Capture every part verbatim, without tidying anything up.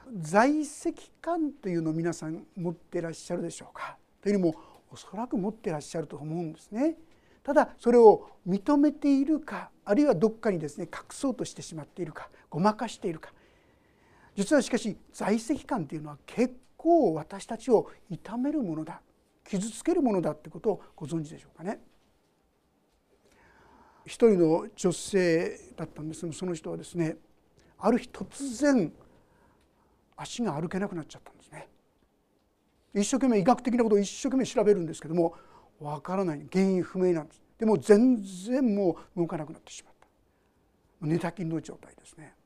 在籍感というのを皆さん持っていらっしゃるでしょうか。というよりもおそらく持っていらっしゃると思うんですね。ただそれを認めているか、あるいはどっかにですね隠そうとしてしまっているか、ごまかしているか。実はしかし在籍感というのは結構私たちを痛めるものだ、傷つけるものだってことをご存知でしょうかね。一人の女性だったんですけど、その人はですね、ある日突然足が歩けなくなっちゃったんですね。一生懸命医学的なことを一生懸命調べるんですけども、わからない、原因不明なんです。でも全然もう動かなくなってしまった。寝たきりの状態ですね。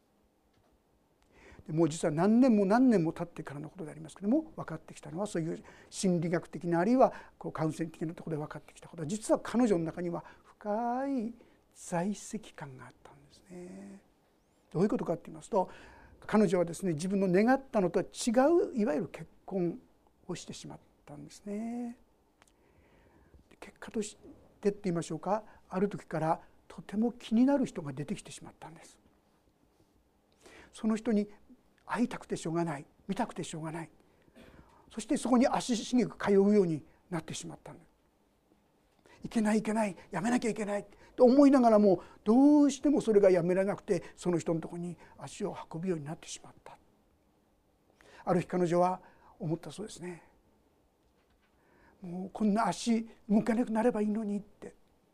でもう実は何年も何年も経ってからのことでありますけども、分かってきたのは、そういう心理学的なあるいはこうカウンセリング的なところで分かってきたことは、実は彼女の中には深い在籍感があったんですね。どういうことかと言いますと、彼女はですね、自分の願ったのとは違ういわゆる結婚をしてしまったんですね。結果としてって言いましょうか、ある時からとても気になる人が出てきてしまったんです。その人に会いたくてしょうがない、見たくてしょうがない、そしてそこに足しげく通うようになってしまったんです。いけないいけない、やめなきゃいけないと思いながらも、どうしてもそれがやめられなくて、その人のところに足を運ぶようになってしまった。ある日彼女は思ったそうですね。もうこんな足動かなくなればいいのにって。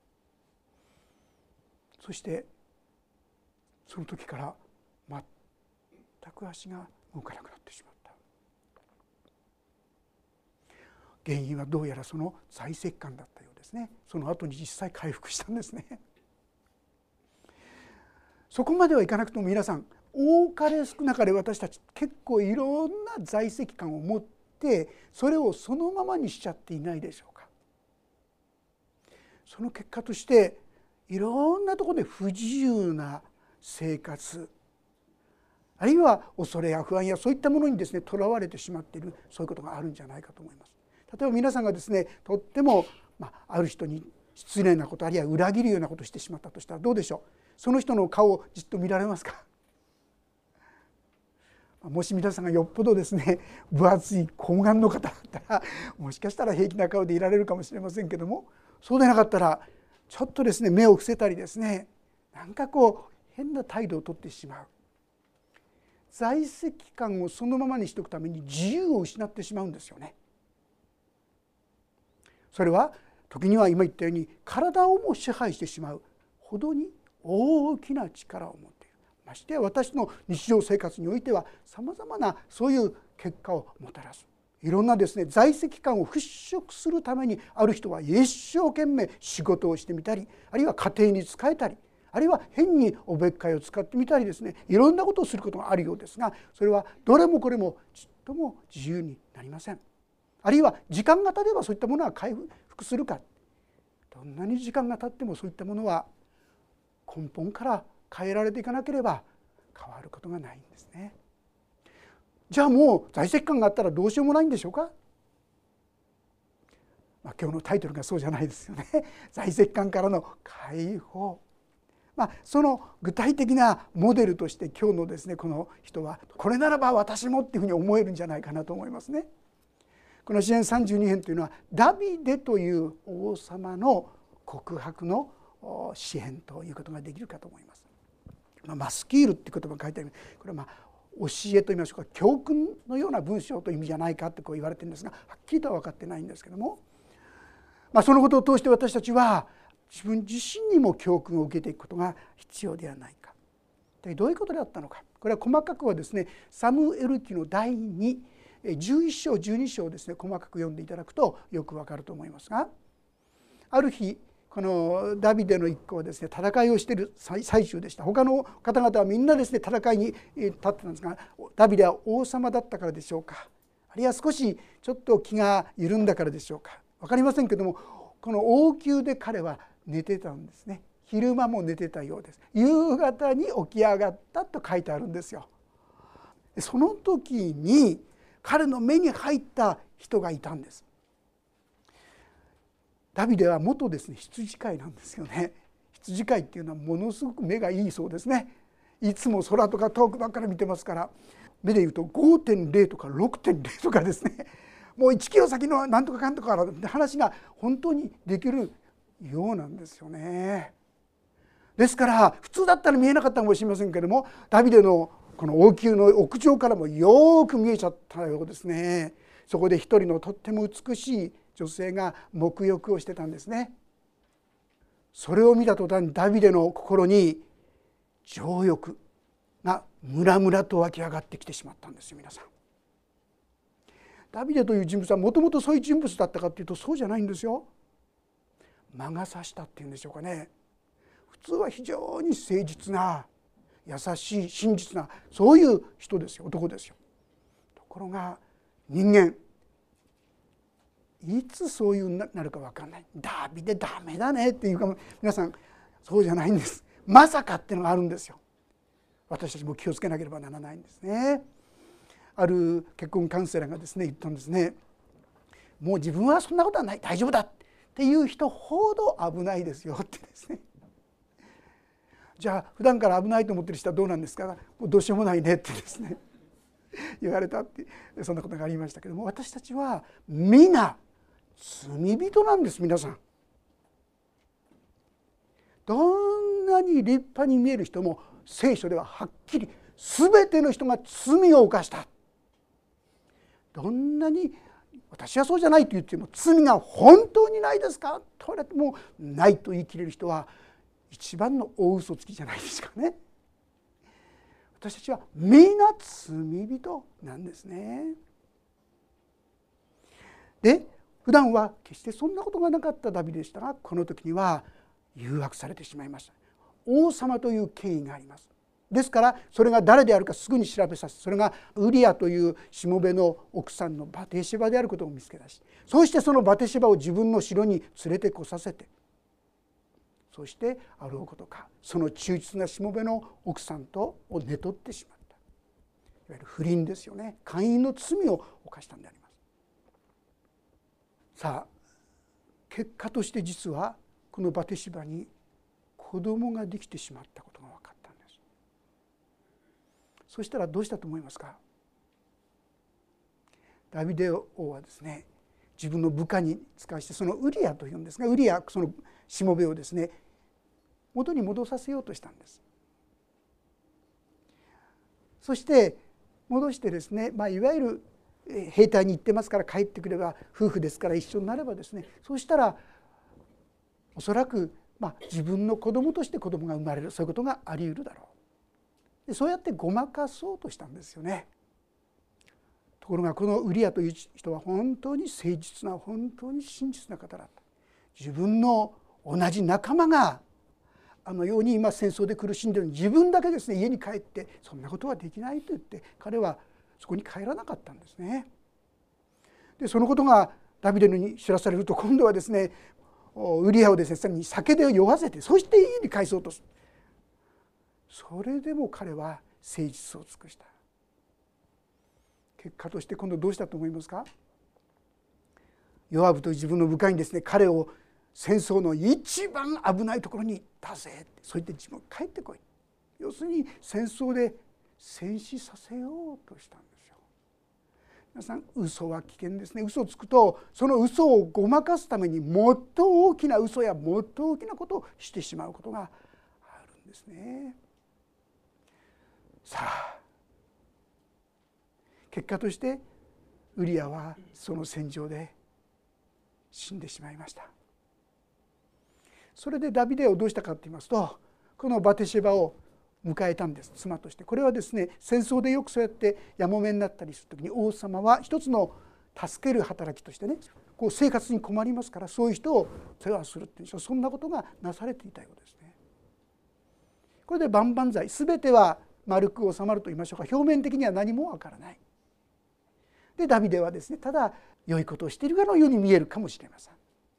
そしてその時から全く足が動かなくなってしまった。原因はどうやらその在籍感だったようですね。その後に実際回復したんですね。そこまではいかなくとも皆さん、多かれ少なかれ私たち結構いろんな在籍感を持って、それをそのままにしちゃっていないでしょうか。その結果としていろんなところで不自由な生活、あるいは恐れや不安やそういったものにですねとらわれてしまっている、そういうことがあるんじゃないかと思います。例えば皆さんがですね、とっても、まあ、ある人に失礼なこと、あるいは裏切るようなことをしてしまったとしたらどうでしょう。その人の顔をじっと見られますか。もし皆さんがよっぽどですね分厚い睾丸の方だったら、もしかしたら平気な顔でいられるかもしれませんけども、そうでなかったらちょっとですね目を伏せたりですね、なんかこう変な態度をとってしまう。在籍感をそのままにしておくために自由を失ってしまうんですよね。それは時には今言ったように体をも支配してしまうほどに大きな力を持っている。ましてや私の日常生活においてはさまざまなそういう結果をもたらす。いろんなですね在籍感を払拭するために、ある人は一生懸命仕事をしてみたり、あるいは家庭に仕えたり、あるいは変におべっかいを使ってみたりですね、いろんなことをすることがあるようですが、それはどれもこれもちっとも自由になりません。あるいは時間が経てばそういったものは回復するか。どんなに時間が経ってもそういったものは根本から変えられていかなければ変わることがないんですね。じゃあもう在籍感があったらどうしようもないんでしょうか。まあ、今日のタイトルがそうじゃないですよね。在籍感からの解放。まあ、その具体的なモデルとして今日のですねこの人は、これならば私もっていうふうに思えるんじゃないかなと思いますね。この詩編さんじゅうに編というのはダビデという王様の告白の詩編ということができるかと思います。マスキールっていう言葉が書いてある。これはまあ教えといいましょうか、教訓のような文章という意味じゃないかってこう言われてるんですが、はっきりとは分かってないんですけども、まあ、そのことを通して私たちは自分自身にも教訓を受けていくことが必要ではないか。どういうことであったのか、これは細かくはですねサムエル記のだいにじゅういっ章じゅうに章をですね細かく読んでいただくとよくわかると思いますが、ある日このダビデの一行はですね戦いをしている最中でした。他の方々はみんなですね戦いに立ってたんですが、ダビデは王様だったからでしょうか、あるいは少しちょっと気が緩んだからでしょうか、分かりませんけども、この王宮で彼は寝てたんですね。昼間も寝てたようです。夕方に起き上がったと書いてあるんですよ。その時に彼の目に入った人がいたんです。ダビデは元ですね羊飼いなんですよね。羊飼いっていうのはものすごく目がいいそうですね。いつも空とか遠くばっかり見てますから、 目で言うと ごてんれい とか ろくてんれい とかですね、もういちキロ先のなんとかかんとかからって話が本当にできるようなんですよね。ですから普通だったら見えなかったかもしれませんけれども、ダビデのこの王宮の屋上からもよく見えちゃったようですね。そこで一人のとっても美しい女性が沐浴をしてたんですね。それを見た途端にダビデの心に情欲がムラムラと湧き上がってきてしまったんですよ。皆さん、ダビデという人物はもともとそういう人物だったかというとそうじゃないんですよ。魔が差したっていうんでしょうかね。普通は非常に誠実な優しい真実なそういう人ですよ、男ですよ。ところが人間いつそういうなるか分かんない。ダビデダメだねっていうか、皆さんそうじゃないんです。まさかっていうのがあるんですよ。私たちも気をつけなければならないんですね。ある結婚カウンセラーがですね言ったんですね。もう自分はそんなことはない、大丈夫だっていう人ほど危ないですよってですね。じゃあ普段から危ないと思ってる人はどうなんですか。もうどうしようもないねってですね言われたって、そんなことがありましたけども、私たちは皆罪人なんです。皆さん、どんなに立派に見える人も聖書でははっきり全ての人が罪を犯した。どんなに私はそうじゃないと言っても罪が本当にないですかと言われてもないと言い切れる人は一番の大嘘つきじゃないですかね。私たちはみんな罪人なんですね。で普段は決してそんなことがなかったダビデでしたが、この時には誘惑されてしまいました。王様という権威があります。ですからそれが誰であるかすぐに調べさせ、それがウリアというしもべの奥さんのバテシバであることを見つけ出し、そしてそのバテシバを自分の城に連れてこさせて、そしてあろうことかその忠実なしもべの奥さんとを寝取ってしまった。いわゆる不倫ですよね。姦淫の罪を犯したんであります。さあ結果として実はこのバテシバに子供ができてしまったことが分かったんです。そしたらどうしたと思いますか。ダビデ王はですね、自分の部下に使わして、そのウリアというんですが、ウリアそのしもべをですね元に戻させようとしたんです。そして戻してですね、まあ、いわゆる兵隊に行ってますから帰ってくれば夫婦ですから一緒になればですね、そうしたらおそらくまあ自分の子供として子供が生まれる、そういうことがあり得るだろう。でそうやってごまかそうとしたんですよね。ところがこのウリアという人は本当に誠実な本当に真実な方だった。自分の同じ仲間があのように今戦争で苦しんでいるのに自分だけですね家に帰ってそんなことはできないと言って彼はそこに帰らなかったんですね。でそのことがダビデに知らされると、今度はですねウリアをですねさらに酒で酔わせて、そして家に帰そうとする。それでも彼は誠実を尽くした。結果として今度どうしたと思いますか。ヨアブという自分の部下にですね彼を戦争の一番危ないところに出せって、そう言って自分帰ってこい、要するに戦争で戦死させようとしたんですよ。皆さん嘘は危険ですね。嘘をつくとその嘘をごまかすためにもっと大きな嘘やもっと大きなことをしてしまうことがあるんですね。さあ結果としてウリアはその戦場で死んでしまいました。それでダビデをどうしたかと言いますと、このバテシェバを迎えたんです、妻として。これはですね戦争でよくそうやってやもめになったりする時に王様は一つの助ける働きとしてね、こう生活に困りますからそういう人を世話するっていう、そんなことがなされていたようですね。これで万々歳、全ては丸く収まると言いましょうか、表面的には何もわからない。でダビデはですねただ良いことをしているかのように見えるかもしれません。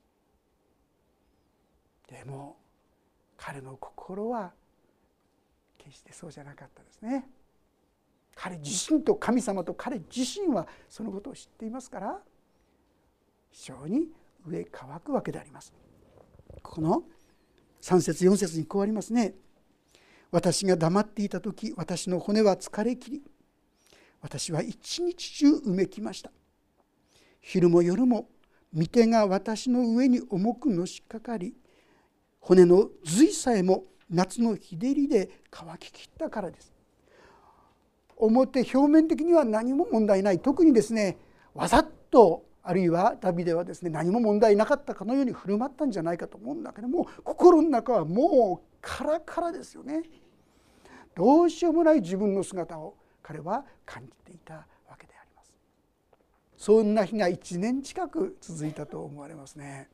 でも彼の心は決してそうじゃなかったですね。彼自身と神様と彼自身はそのことを知っていますから、非常に飢え渇くわけであります。このさん節よん節にこうありますね。私が黙っていた時、私の骨は疲れ切り、 私は一日中うめきました。昼も夜も御手が私の上に重くのしかかり、骨の髄さえも夏の日照りで乾ききったからです。表表面的には何も問題ない。特にですね、わざとあるいはダビデはですね、何も問題なかったかのように振る舞ったんじゃないかと思うんだけども、心の中はもうカラカラですよね。どうしようもない自分の姿を彼は感じていたわけであります。そんな日がいちねん近く続いたと思われますね。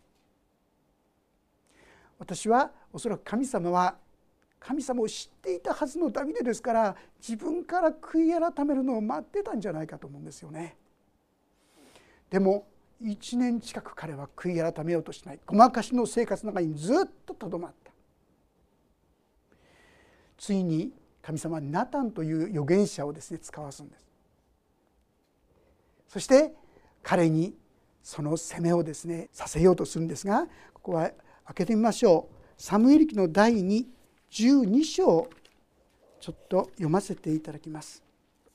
私はおそらく神様は神様を知っていたはずのダビデですから、自分から悔い改めるのを待ってたんじゃないかと思うんですよね。でもいちねん近く彼は悔い改めようとしない、ごまかしの生活の中にずっととどまった。ついに神様はナタンという預言者をですね使わすんです。そして彼にその責めをですねさせようとするんですが、ここは開けてみましょう。サムエル記のだいにじゅうに章をちょっと読ませていただきます。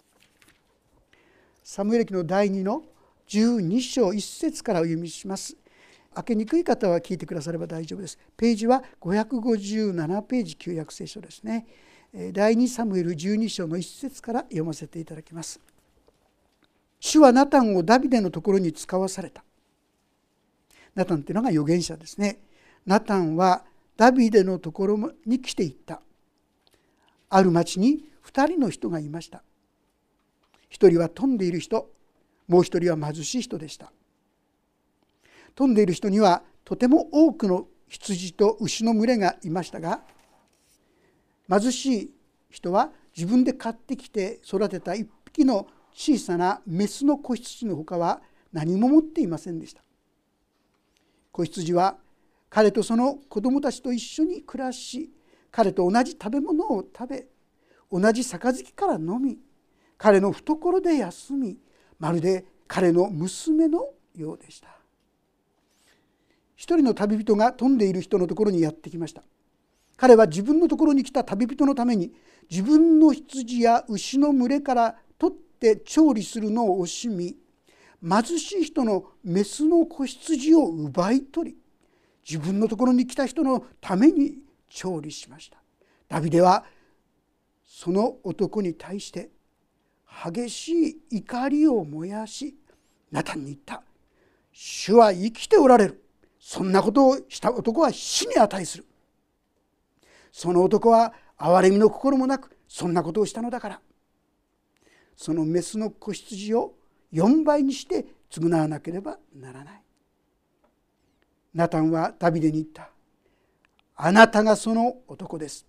サムエル記のだいにのじゅうに章いっ節からお読みします。開けにくい方は聞いてくだされば大丈夫です。ページはごひゃくごじゅうななページ、旧約聖書ですね。だいにサムエルじゅうに章のいっ節から読ませていただきます。主はナタンをダビデのところに使わされた。ナタンというのが預言者ですね。ナタンはダビデのところに来ていった。ある町にふたりの人がいました。一人は富んでいる人、もう一人は貧しい人でした。富んでいる人にはとても多くの羊と牛の群れがいましたが、貧しい人は自分で買ってきて育てた一匹の小さなメスの子羊のほかは何も持っていませんでした。子羊は彼とその子供たちと一緒に暮らし、彼と同じ食べ物を食べ、同じ杯から飲み、彼の懐で休み、まるで彼の娘のようでした。一人の旅人が富んでいる人のところにやってきました。彼は自分のところに来た旅人のために自分の羊や牛の群れから取って調理するのを惜しみ、貧しい人のメスの子羊を奪い取り、自分のところに来た人のために調理しました。ダビデはその男に対して激しい怒りを燃やし、ナタンに言った。主は生きておられる。そんなことをした男は死に値する。その男は憐れみの心もなくそんなことをしたのだから、そのメスの子羊をよんばいにして償わなければならない。ナタンはダビデに言った。あなたがその男です。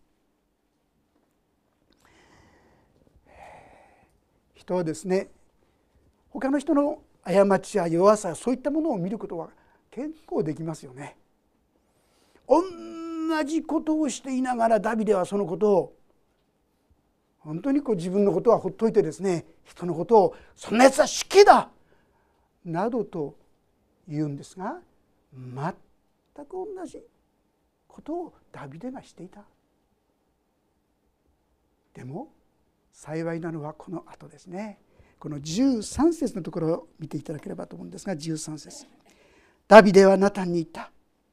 人はですね、他の人の過ちや弱さ、そういったものを見ることは結構できますよね。同じことをしていながらダビデはそのことを本当にこう自分のことはほっといてですね、人のことをそんなやつは死刑だなどと言うんですが、全く同じことをダビデがしていた。でも幸いなのはこの後ですね。このじゅうさん節のところを見ていただければと思うんですが、じゅうさん節。ダビデはナタンに言った。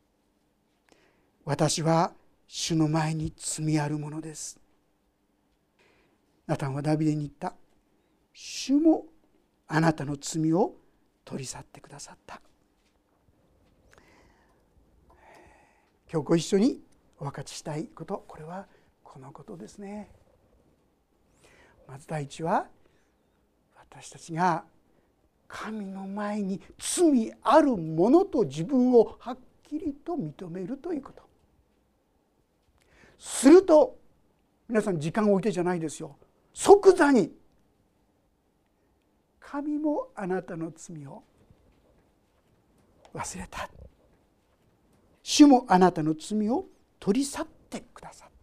私は主の前に罪あるものです。ナタンはダビデに言った。主もあなたの罪を取り去ってくださった。今日ご一緒にお分かちしたいこと、これはこのことですね。まず第一は、私たちが神の前に罪あるものと自分をはっきりと認めるということ。すると皆さん時間を置いてじゃないですよ、即座に神もあなたの罪を忘れた、主もあなたの罪を取り去ってくださった。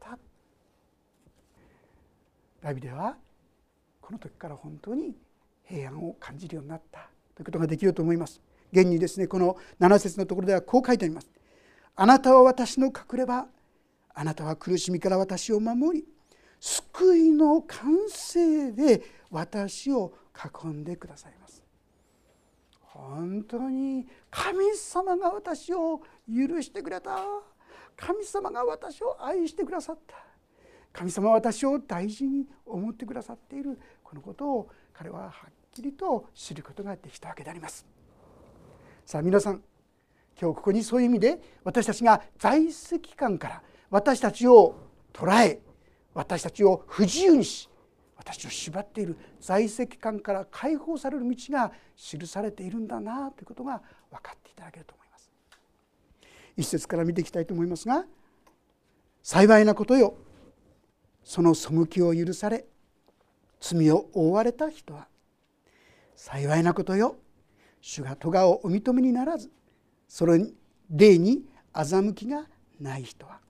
ダビデはこの時から本当に平安を感じるようになったということができると思います。現にですね、このなな節のところではこう書いてあります。あなたは私の隠れ場、あなたは苦しみから私を守り、 救いの完成で私を囲んでくださいます。本当に神様が私を許してくれた。神様が私を愛してくださった。神様は私を大事に思ってくださっている。このことを彼ははっきりと知ることができたわけであります。さあ皆さん、今日ここにそういう意味で私たちが在籍感から私たちを捉え、私たちを不自由にし、私たちを縛っている在籍感から解放される道が記されているんだなということが分かっていただけると思います。一節から見ていきたいと思いますが、幸いなことよ、その背きを許され罪を負われた人は。幸いなことよ、主が咎をお認めにならずその霊に欺きがない人は。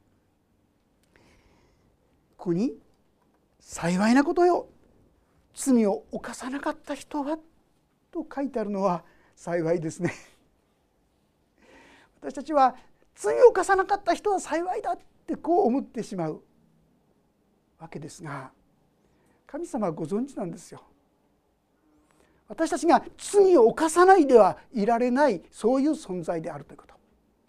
ここに幸いなことよ、罪を犯さなかった人はと書いてあるのは幸いですね。私たちは罪を犯さなかった人は幸いだってこう思ってしまうわけですが、神様はご存知なんですよ。私たちが罪を犯さないではいられない、そういう存在であるということ。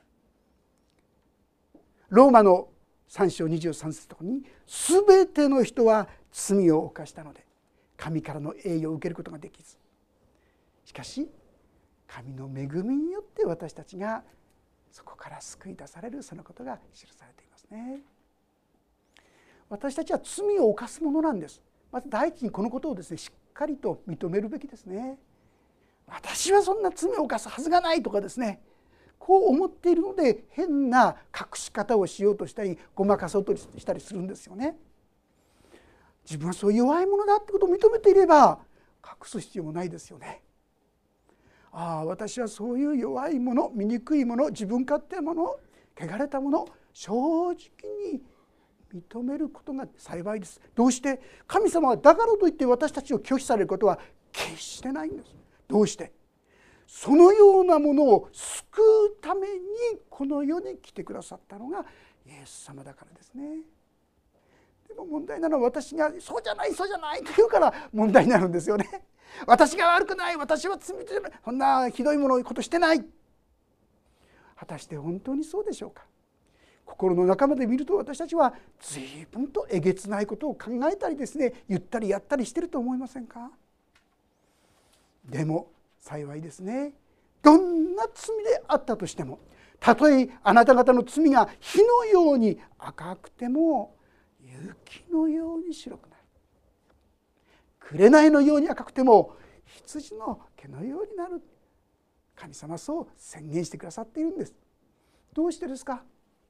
ローマのさん章にじゅうさん節のところに、すべての人は罪を犯したので神からの栄誉を受けることができず、しかし神の恵みによって私たちがそこから救い出される、そのことが記されていますね。私たちは罪を犯すものなんです。まず第一にこのことをですね、しっかりと認めるべきですね。私はそんな罪を犯すはずがないとかですね、こう思っているので変な隠し方をしようとしたりごまかそうとしたりするんですよね。自分はそういう弱いものだってことを認めていれば隠す必要もないですよね。ああ、私はそういう弱いもの、醜いもの、自分勝手なもの、汚れたもの、正直に認めることが幸いです。どうして？神様はだからといって私たちを拒否されることは決してないんです。どうして？そのようなものを救うためにこの世に来てくださったのがイエス様だからですね。でも問題なのは、私がそうじゃないそうじゃないと言うから問題になるんですよね。私が悪くない、私は罪じゃない、そんなひどいものことしてない。果たして本当にそうでしょうか。心の中まで見ると私たちは随分とえげつないことを考えたりですね、言ったりやったりしてると思いませんか。でも幸いですね。どんな罪であったとしても、たとえあなた方の罪が火のように赤くても雪のように白くなる。紅のように赤くても羊の毛のようになる。神様はそう宣言してくださっているんです。どうしてですか。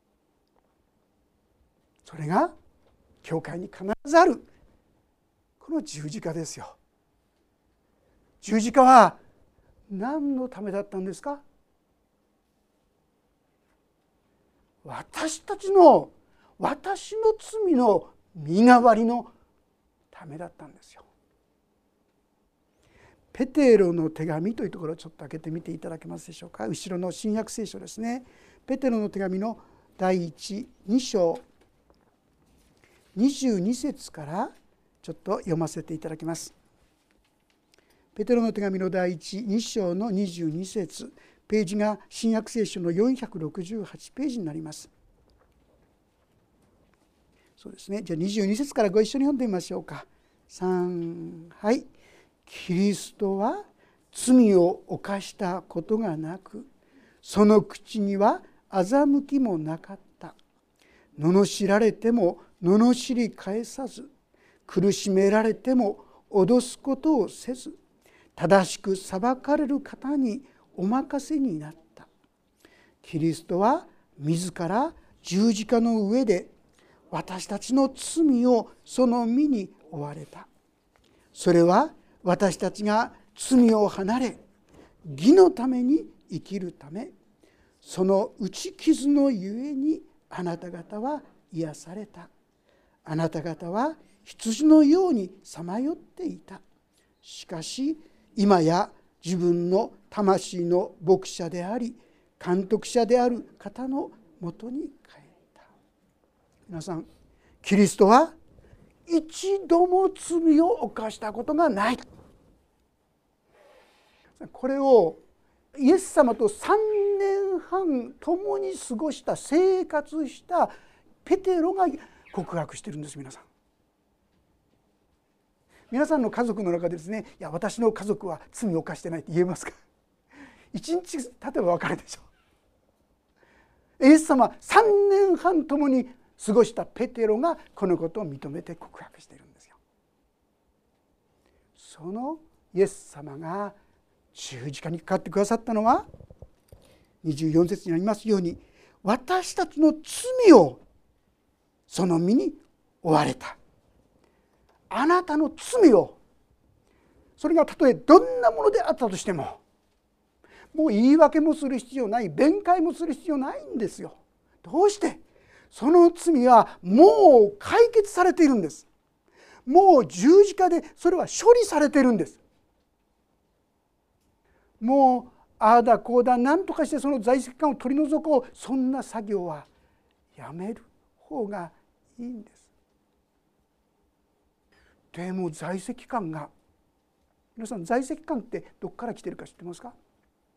それが教会に必ずあるこの十字架ですよ。十字架は何のためだったんですか。私たちの私の罪の身代わりのためだったんですよ。ペテロの手紙というところをちょっと開けてみていただけますでしょうか。後ろの新約聖書ですね。ペテロの手紙の第一に章にじゅうに節からちょっと読ませていただきます。ペテロの手紙の第一に章のにじゅうに節、ページが新約聖書のよんひゃくろくじゅうはちページになります。そうですね。じゃあにじゅうに節からご一緒に読んでみましょうか。さん、はい。キリストは罪を犯したことがなく、その口には欺きもなかった。罵られても罵り返さず、苦しめられても脅すことをせず、正しく裁かれる方にお任せになった。キリストは自ら十字架の上で私たちの罪をその身に負われた。それは私たちが罪を離れ義のために生きるため、その打ち傷のゆえにあなた方は癒された。あなた方は羊のようにさまよっていた。しかし今や自分の魂の牧者であり監督者である方のもとに帰った。皆さん、キリストは一度も罪を犯したことがない。これをイエス様とさんねんはん共に過ごした生活したペテロが告白してるんです。皆さん皆さんの家族の中でですね、いや私の家族は罪を犯してないって言えますか？一日経てば分かるでしょう。イエス様さんねんはん共に過ごしたペテロがこのことを認めて告白しているんですよ。そのイエス様が十字架にかかってくださったのはにじゅうよん節にありますように、私たちの罪をその身に負われた。あなたの罪を、それがたとえどんなものであったとしても、もう言い訳もする必要ない、弁解もする必要ないんですよ。どうして？その罪はもう解決されているんです。もう十字架でそれは処理されているんです。もうああだこうだ何とかしてその在籍感を取り除こう、そんな作業はやめる方がいいんです。でも在籍感が、皆さん在籍感ってどこから来てるか知ってますか？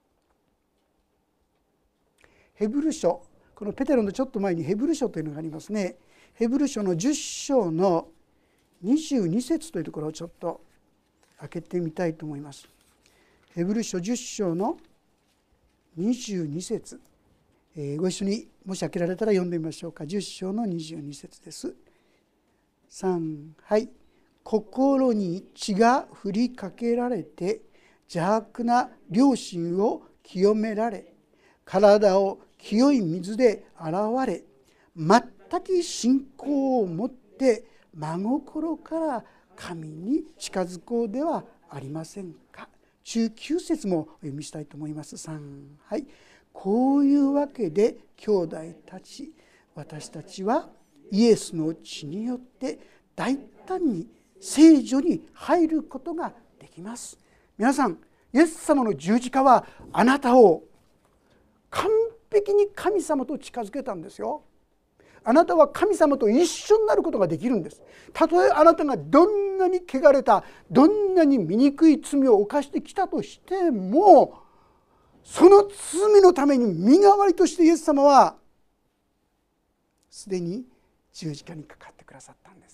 ヘブル書、このペテロのちょっと前にヘブル書というのがありますね。ヘブル書のじゅっ章のにじゅうに節というところをちょっと開けてみたいと思います。ヘブル書じゅっ章のにじゅうに節、えー、ご一緒にもし開けられたら読んでみましょうか。じゅっ章のにじゅうに節です。さん、はい。心に血が振りかけられて邪悪な良心を清められ、体を清い水で洗われ、全く信仰を持って真心から神に近づこうではありませんか。じゅうきゅう節もお読みしたいと思います。さん、はい。こういうわけで兄弟たち、私たちはイエスの血によって大胆に聖所に入ることができます。皆さん、イエス様の十字架はあなたを完璧に神様と近づけたんですよ。あなたは神様と一緒になることができるんです。たとえあなたがどんなに汚れた、どんなに醜い罪を犯してきたとしても、その罪のために身代わりとしてイエス様はすでに十字架にかかってくださったんです。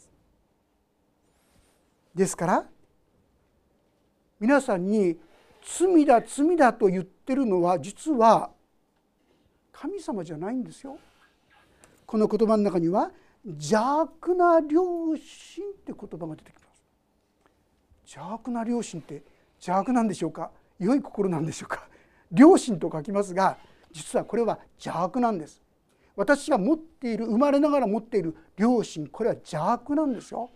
ですから皆さんに罪だ罪だと言ってるのは実は神様じゃないんですよ。この言葉の中には邪悪な良心って言葉が出てきます。邪悪な良心って邪悪なんでしょうか、良い心なんでしょうか。良心と書きますが、実はこれは邪悪なんです。私が持っている、生まれながら持っている良心、これは邪悪なんですよ。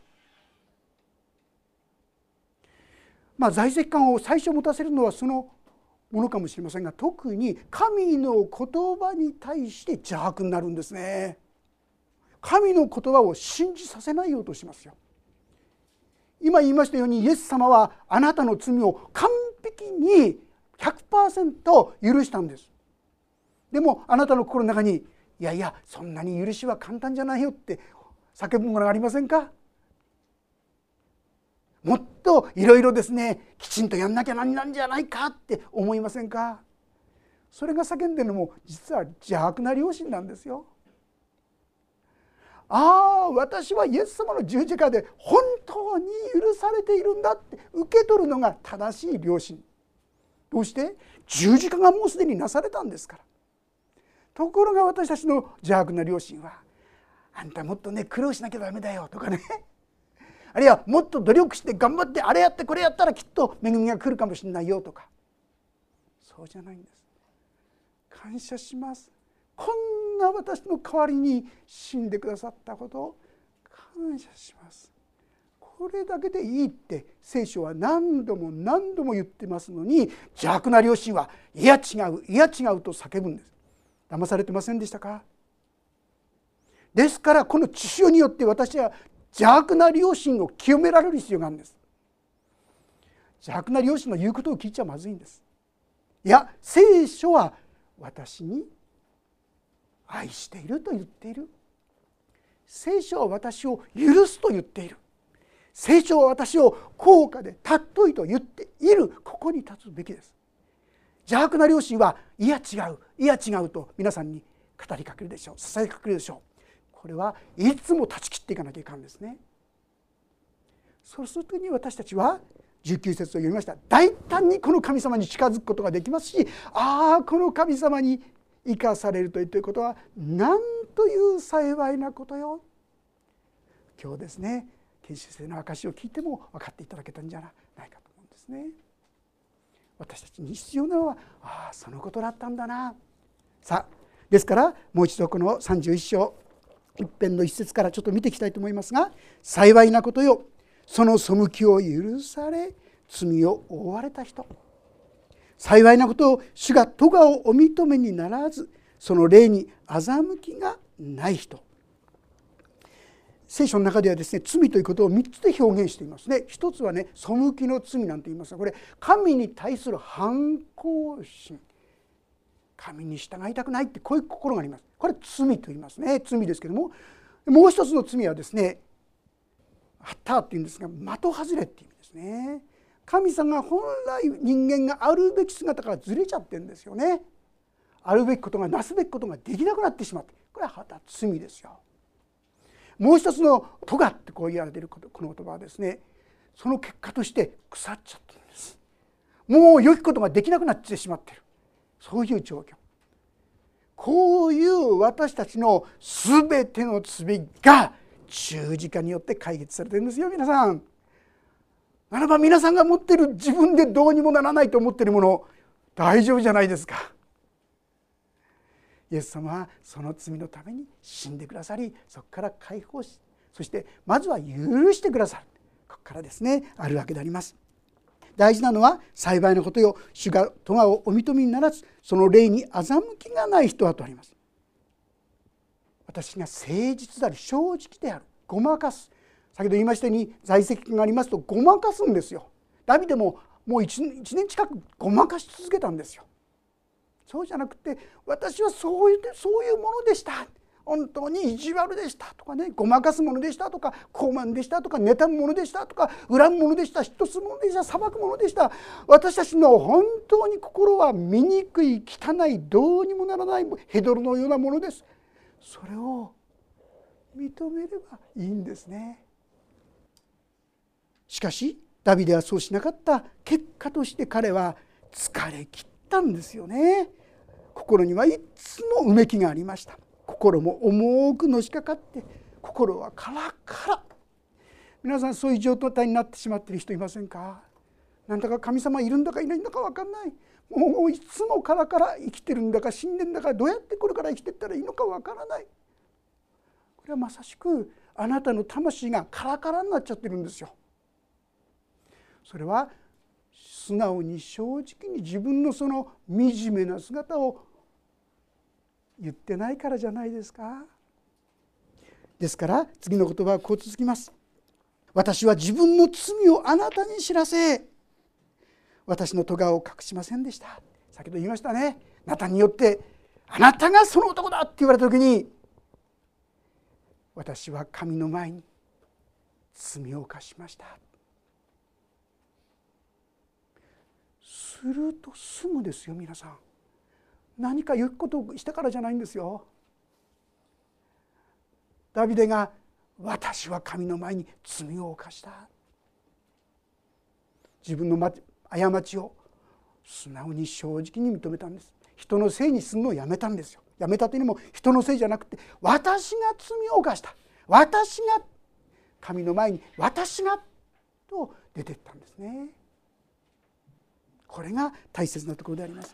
まあ在籍感を最初持たせるのはそのものかもしれませんが、特に神の言葉に対して邪悪になるんですね。神の言葉を信じさせないようとしますよ。今言いましたように、イエス様はあなたの罪を完璧に ひゃくパーセント 許したんです。でもあなたの心の中に、いやいやそんなに許しは簡単じゃないよって叫ぶものがありませんか？もっといろいろですね、きちんとやんなきゃなんなんじゃないかって思いませんか？それが叫んでるのも実は邪悪な良心なんですよ。ああ、私はイエス様の十字架で本当に許されているんだって受け取るのが正しい良心。どうして？十字架がもうすでになされたんですから。ところが私たちの邪悪な良心は、あんたもっとね苦労しなきゃダメだよとかね、あるいはもっと努力して頑張ってあれやってこれやったらきっと恵みが来るかもしれないよとか、そうじゃないんです。感謝します。こんな私の代わりに死んでくださったことを感謝します。これだけでいいって聖書は何度も何度も言ってますのに、邪悪な良心はいや違ういや違うと叫ぶんです。騙されてませんでしたか？ですからこの血潮によって私は邪悪な良心を清められる必要があるんです。邪悪な良心の言うことを聞いちゃまずいんです。いや、聖書は私に愛していると言っている。聖書は私を許すと言っている。 聖書は私を高価で尊いと言っているここに立つべきです。邪悪な良心はいや違ういや違うと皆さんに語りかけるでしょう、支えかけるでしょう。これはいつも断ち切っていかなきゃいかんですね。そうするとに私たちはじゅうきゅう節を読みました。大胆にこの神様に近づくことができますし、ああこの神様に生かされるということはなんという幸いなことよ。今日ですね、研修生の証を聞いても分かっていただけたんじゃないかと思うんですね。私たちに必要なのは、ああそのことだったんだな。さあですからもう一度このさんじゅういっ章一編の一節からちょっと見ていきたいと思いますが、幸いなことよ、その背きを許され罪を負われた人。幸いなことを主が咎をお認めにならず、その霊に欺きがない人。聖書の中ではですね、罪ということをみっつで表現していますね。一つはね、背きの罪なんて言いますが、これ神に対する反抗心、神に従いたくないってこういう心があります。これ罪と言いますね。罪ですけども、もう一つの罪はですね、ハッターっていうんですが、的外れっていう意味ですね。神様が本来人間があるべき姿からずれちゃってるんですよね。あるべきことがなすべきことができなくなってしまって、これはハッター、罪ですよ。もう一つの咎ってこう言われているこの言葉はですね、その結果として腐っちゃってるんです。もう良きことができなくなってしまっている、そういう状況。こういう私たちの全ての罪が十字架によって解決されているんですよ。皆さんならば、皆さんが持っている自分でどうにもならないと思っているもの、大丈夫じゃないですか。イエス様はその罪のために死んでくださり、そこから解放し、そしてまずは許してくださる、ここからですねあるわけであります。大事なのは、幸いなことよ、主が咎をお認めにならず、その霊に欺きがない人はとあります。私が誠実であり正直である、ごまかす、先ほど言いましたように在籍がありますとごまかすんですよ。ダビデももう 1, 1年近くごまかし続けたんですよ。そうじゃなくて、私はそういう、そういうものでした、本当に意地悪でしたとかね、ごまかすものでしたとか、傲慢でしたとか、妬むものでしたとか、恨むものでした、嫉妬するものでした、裁くものでした。私たちの本当に心は醜い、汚い、どうにもならないヘドロのようなものです。それを認めればいいんですね。しかしダビデはそうしなかった。結果として彼は疲れ切ったんですよね。心にはいつもうめきがありました。心も重くのしかかって、心はカラカラ。皆さんそういう状態になってしまっている人いませんか？なんだか神様いるんだかいないんだか分かんない、もういつもカラカラ、生きてるんだか死んでんだか、どうやってこれから生きていったらいいのか分からない。これはまさしくあなたの魂がカラカラになっちゃってるんですよ。それは素直に正直に自分のその惨めな姿を言ってないからじゃないですか。ですから次の言葉はこう続きます。私は自分の罪をあなたに知らせ、私の咎を隠しませんでした。先ほど言いましたね。ナタンによってあなたがその男だって言われた時に、私は神の前に罪を犯しました。するとすぐですよ。皆さん、何か良いことをしたからじゃないんですよ。ダビデが私は神の前に罪を犯した、自分の過ちを素直に正直に認めたんです。人のせいにするのをやめたんですよ。やめたというのも人のせいじゃなくて、私が罪を犯した、私が神の前に私がと出ていったんですね。これが大切なところであります。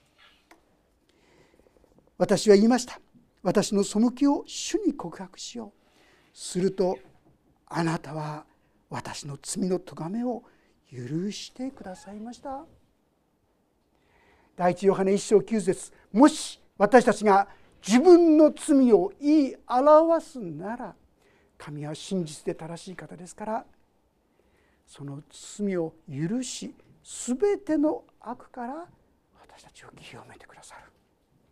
私は言いました。私の背きを主に告白しよう。するとあなたは私の罪の咎めを許してくださいました。第一ヨハネ一章九節、もし私たちが自分の罪を言い表すなら、神は真実で正しい方ですから、その罪を許し、すべての悪から私たちを清めてくださる。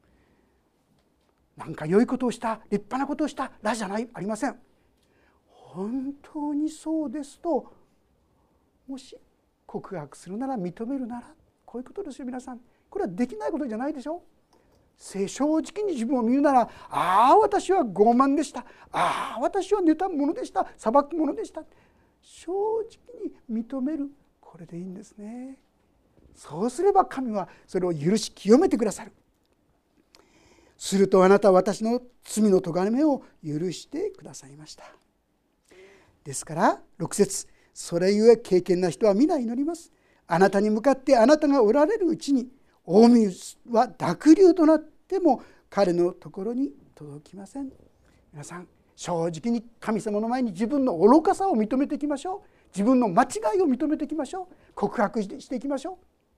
何か良いことをした、立派なことをしたらじゃないありません。 本当にそうですと、もし告白するなら、認めるなら、こういうことですよ皆さん。これはできないことじゃないでしょ。正直に自分を見るなら、ああ私は傲慢でした、ああ私は妬むものでした、裁くものでした、正直に認める、これでいいんですね。そうすれば神はそれを許し清めてくださる。するとあなたは私の罪の咎めを許してくださいました。ですからろく節、それゆえ敬虔な人は皆祈ります。あなたに向かってあなたがおられるうちに、大水は濁流となっても彼のところに届きません。皆さん、正直に神様の前に自分の愚かさを認めていきましょう。自分の間違いを認めていきましょう。告白していきましょう。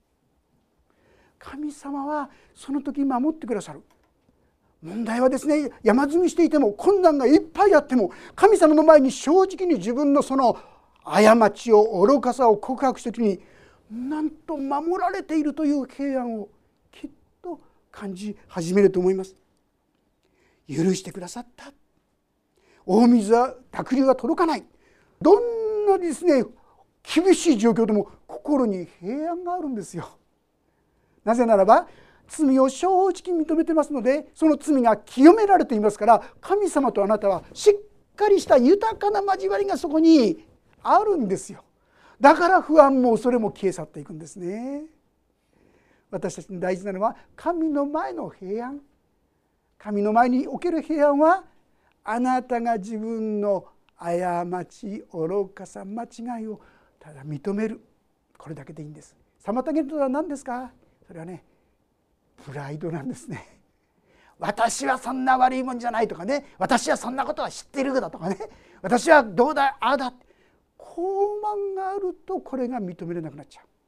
神様はその時守ってくださる。問題はですね、山積みしていても困難がいっぱいあっても、神様の前に正直に自分のその過ちを愚かさを告白した時に、なんと守られているという平安をきっと感じ始めると思います。許してくださった、大水は濁流は届かない、どんなですね厳しい状況でも心に平安があるんですよ。なぜならば罪を正直に認めてますので、その罪が清められていますから、神様とあなたはしっかりした豊かな交わりがそこにあるんですよ。だから不安も恐れも消え去っていくんですね。私たちに大事なのは神の前の平安。神の前における平安は、あなたが自分の過ち、愚かさ、間違いをただ認める、これだけでいいんです。妨げるとは何ですか。それはね、プライドなんですね。私はそんな悪いもんじゃないとかね、私はそんなことは知っているだとかね、私はどうだああだ、傲慢があるとこれが認めれなくなっちゃう。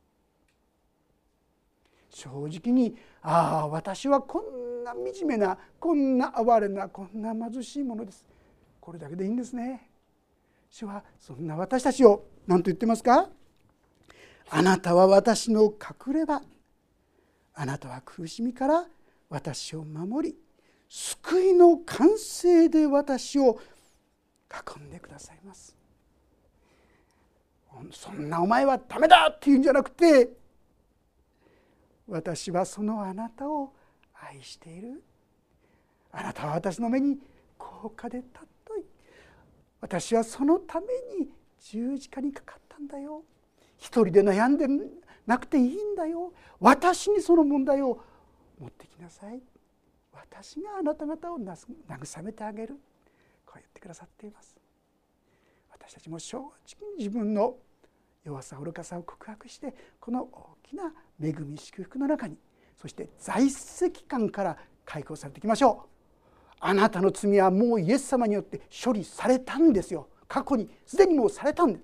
正直に、ああ私はこんな惨めな、こんな哀れな、こんな貧しいものです、これだけでいいんですね。主はそんな私たちを何と言ってますか。あなたは私の隠れ場、あなたは苦しみから私を守り、救いの完成で私を囲んでくださいます。そんなお前はダメだっていうんじゃなくて、私はそのあなたを愛している、あなたは私の目に高価で尊い、私はそのために十字架にかかったんだよ、一人で悩んでなくていいんだよ、私にその問題を持ってきなさい、私があなた方を慰めてあげる、こう言ってくださっています。私たちも正直に自分の弱さ愚かさを告白して、この大きな恵み祝福の中に、そして在籍感から解放されていきましょう。あなたの罪はもうイエス様によって処理されたんですよ。過去にすでにもうされたんです。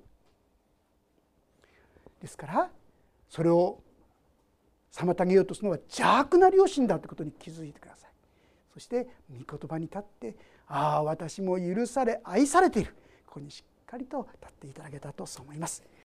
ですからそれを妨げようとするのは邪悪な良心だということに気づいてください。そして御言葉に立って、ああ私も許され愛されている、ここにしっかりと立っていただけたとそう思います。